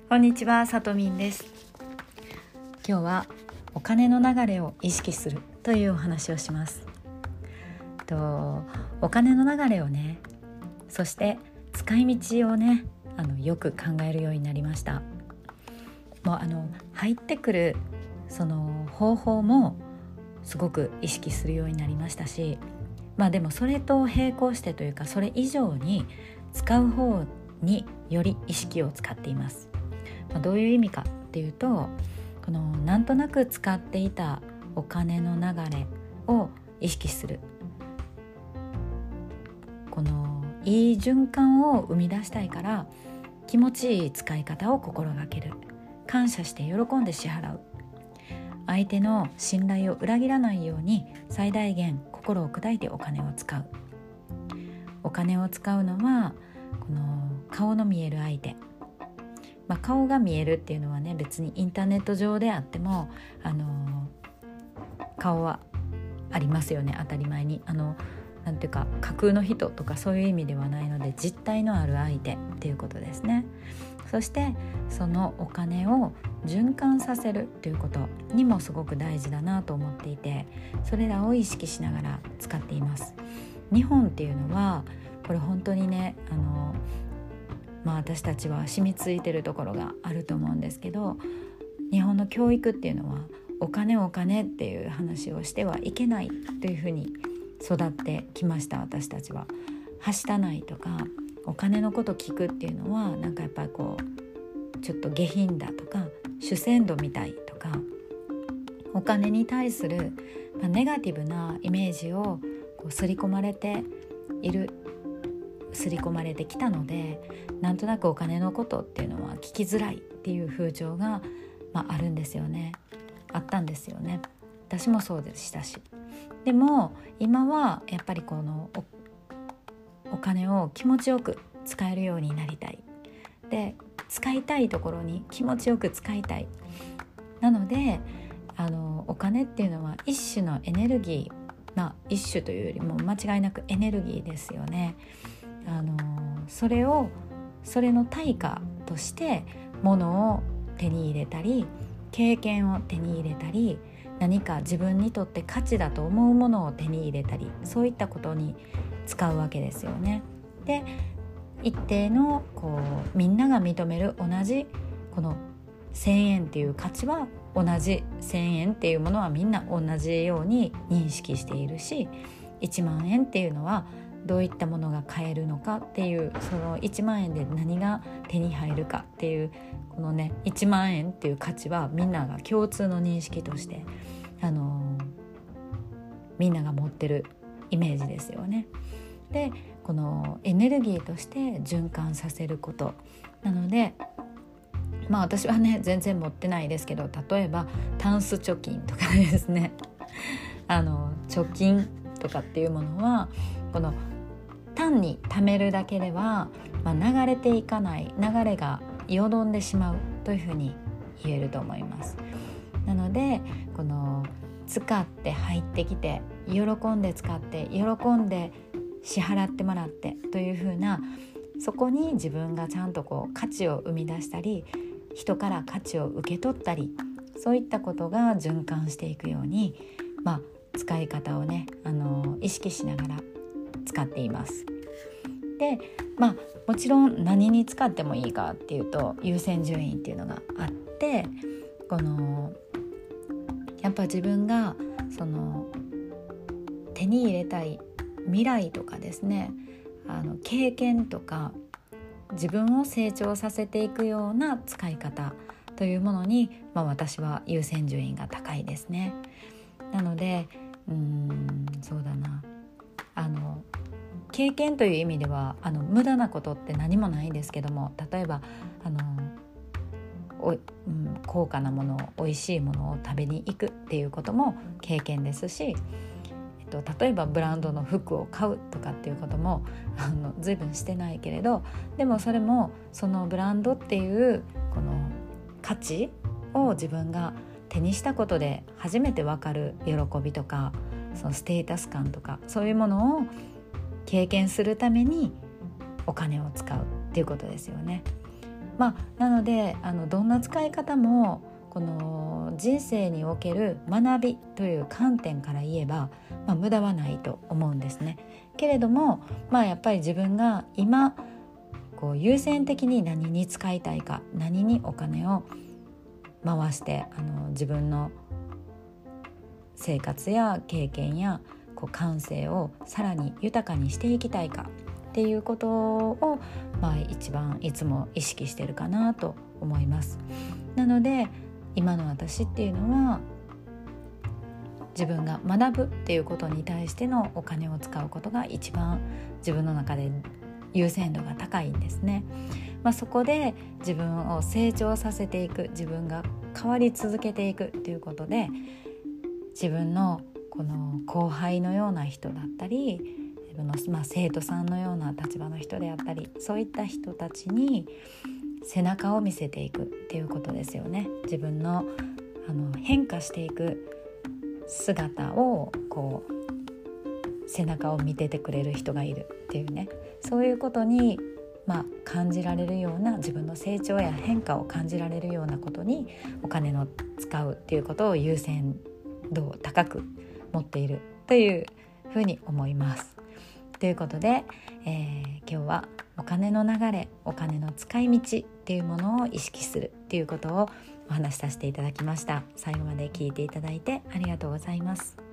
こんにちは、さとみんです。今日はお金の流れを意識するというお話をします。お金の流れをね、そして使い道をね、よく考えるようになりました。もう入ってくるその方法もすごく意識するようになりましたし、でもそれと並行してというか、それ以上に使う方により意識を使っています。どういう意味かっていうと、このなんとなく使っていたお金の流れを意識する、このいい循環を生み出したいから、気持ちいい使い方を心がける、感謝して喜んで支払う、相手の信頼を裏切らないように最大限心を砕いてお金を使う。お金を使うのはこの顔の見える相手、顔が見えるっていうのはね、別にインターネット上であっても顔はありますよね、当たり前に。なんていうか架空の人とかそういう意味ではないので、実体のある相手っていうことですね。そしてそのお金を循環させるっていうことにもすごく大事だなと思っていて、それらを意識しながら使っています。日本っていうのはこれ本当にね、私たちは染みついてるところがあると思うんですけど、日本の教育っていうのはお金っていう話をしてはいけないというふうに育ってきました。私たちははしたないとか、お金のこと聞くっていうのはなんかやっぱりこうちょっと下品だとか、主戦度みたいとか、お金に対するネガティブなイメージをこう刷り込まれてきたので、なんとなくお金のことっていうのは聞きづらいっていう風潮が、あるんですよね。あったんですよね。私もそうでしたし。でも今はやっぱりこの お金を気持ちよく使えるようになりたい。で、使いたいところに気持ちよく使いたい。なのでお金っていうのは一種のエネルギー、一種というよりも間違いなくエネルギーですよね。それの対価として物を手に入れたり、経験を手に入れたり、何か自分にとって価値だと思うものを手に入れたり、そういったことに使うわけですよね。で、一定のみんなが認める同じこの1000円っていう価値は、同じ1000円っていうものはみんな同じように認識しているし、1万円っていうのはどういったものが買えるのかっていう、その1万円で何が手に入るかっていう、このね、1万円っていう価値はみんなが共通の認識としてみんなが持ってるイメージですよね。で、このエネルギーとして循環させることなので、私はね全然持ってないですけど、例えばタンス貯金とかですね貯金とかっていうものは、この単に貯めるだけでは、流れていかない、流れがよどんでしまうというふうに言えると思います。なのでこの使って入ってきて、喜んで使って喜んで支払ってもらってというふうな、そこに自分がちゃんと価値を生み出したり、人から価値を受け取ったり、そういったことが循環していくように、使い方をね意識しながら使っています。で、もちろん何に使ってもいいかっていうと、優先順位っていうのがあって、やっぱ自分がその手に入れたい未来とかですね、経験とか自分を成長させていくような使い方というものに、私は優先順位が高いですね。なのでそうだな、経験という意味では無駄なことって何もないんですけども、例えば高価なもの、美味しいものを食べに行くっていうことも経験ですし、例えばブランドの服を買うとかっていうことも随分してないけれど、でもそれもそのブランドっていうこの価値を自分が手にしたことで初めて分かる喜びとか、そのステータス感とか、そういうものを経験するためにお金を使うっていうことですよね。 なのでどんな使い方もこの人生における学びという観点から言えば、無駄はないと思うんですね。けれども、やっぱり自分が今こう優先的に何に使いたいか、何にお金を回して自分の生活や経験や感性をさらに豊かにしていきたいかっていうことを、一番いつも意識してるかなと思います。なので今の私っていうのは自分が学ぶっていうことに対してのお金を使うことが一番自分の中で優先度が高いんですね。そこで自分を成長させていく、自分が変わり続けていくっていうことで、自分のこの後輩のような人だったり、自分の生徒さんのような立場の人であったり、そういった人たちに背中を見せていくっていうことですよね。自分の変化していく姿を背中を見ててくれる人がいるっていうね、そういうことに感じられるような、自分の成長や変化を感じられるようなことにお金の使うっていうことを優先度を高く持っているというふうに思います。ということで、今日はお金の流れ、お金の使い道っていうものを意識するっていうことをお話しさせていただきました。最後まで聞いていただいてありがとうございます。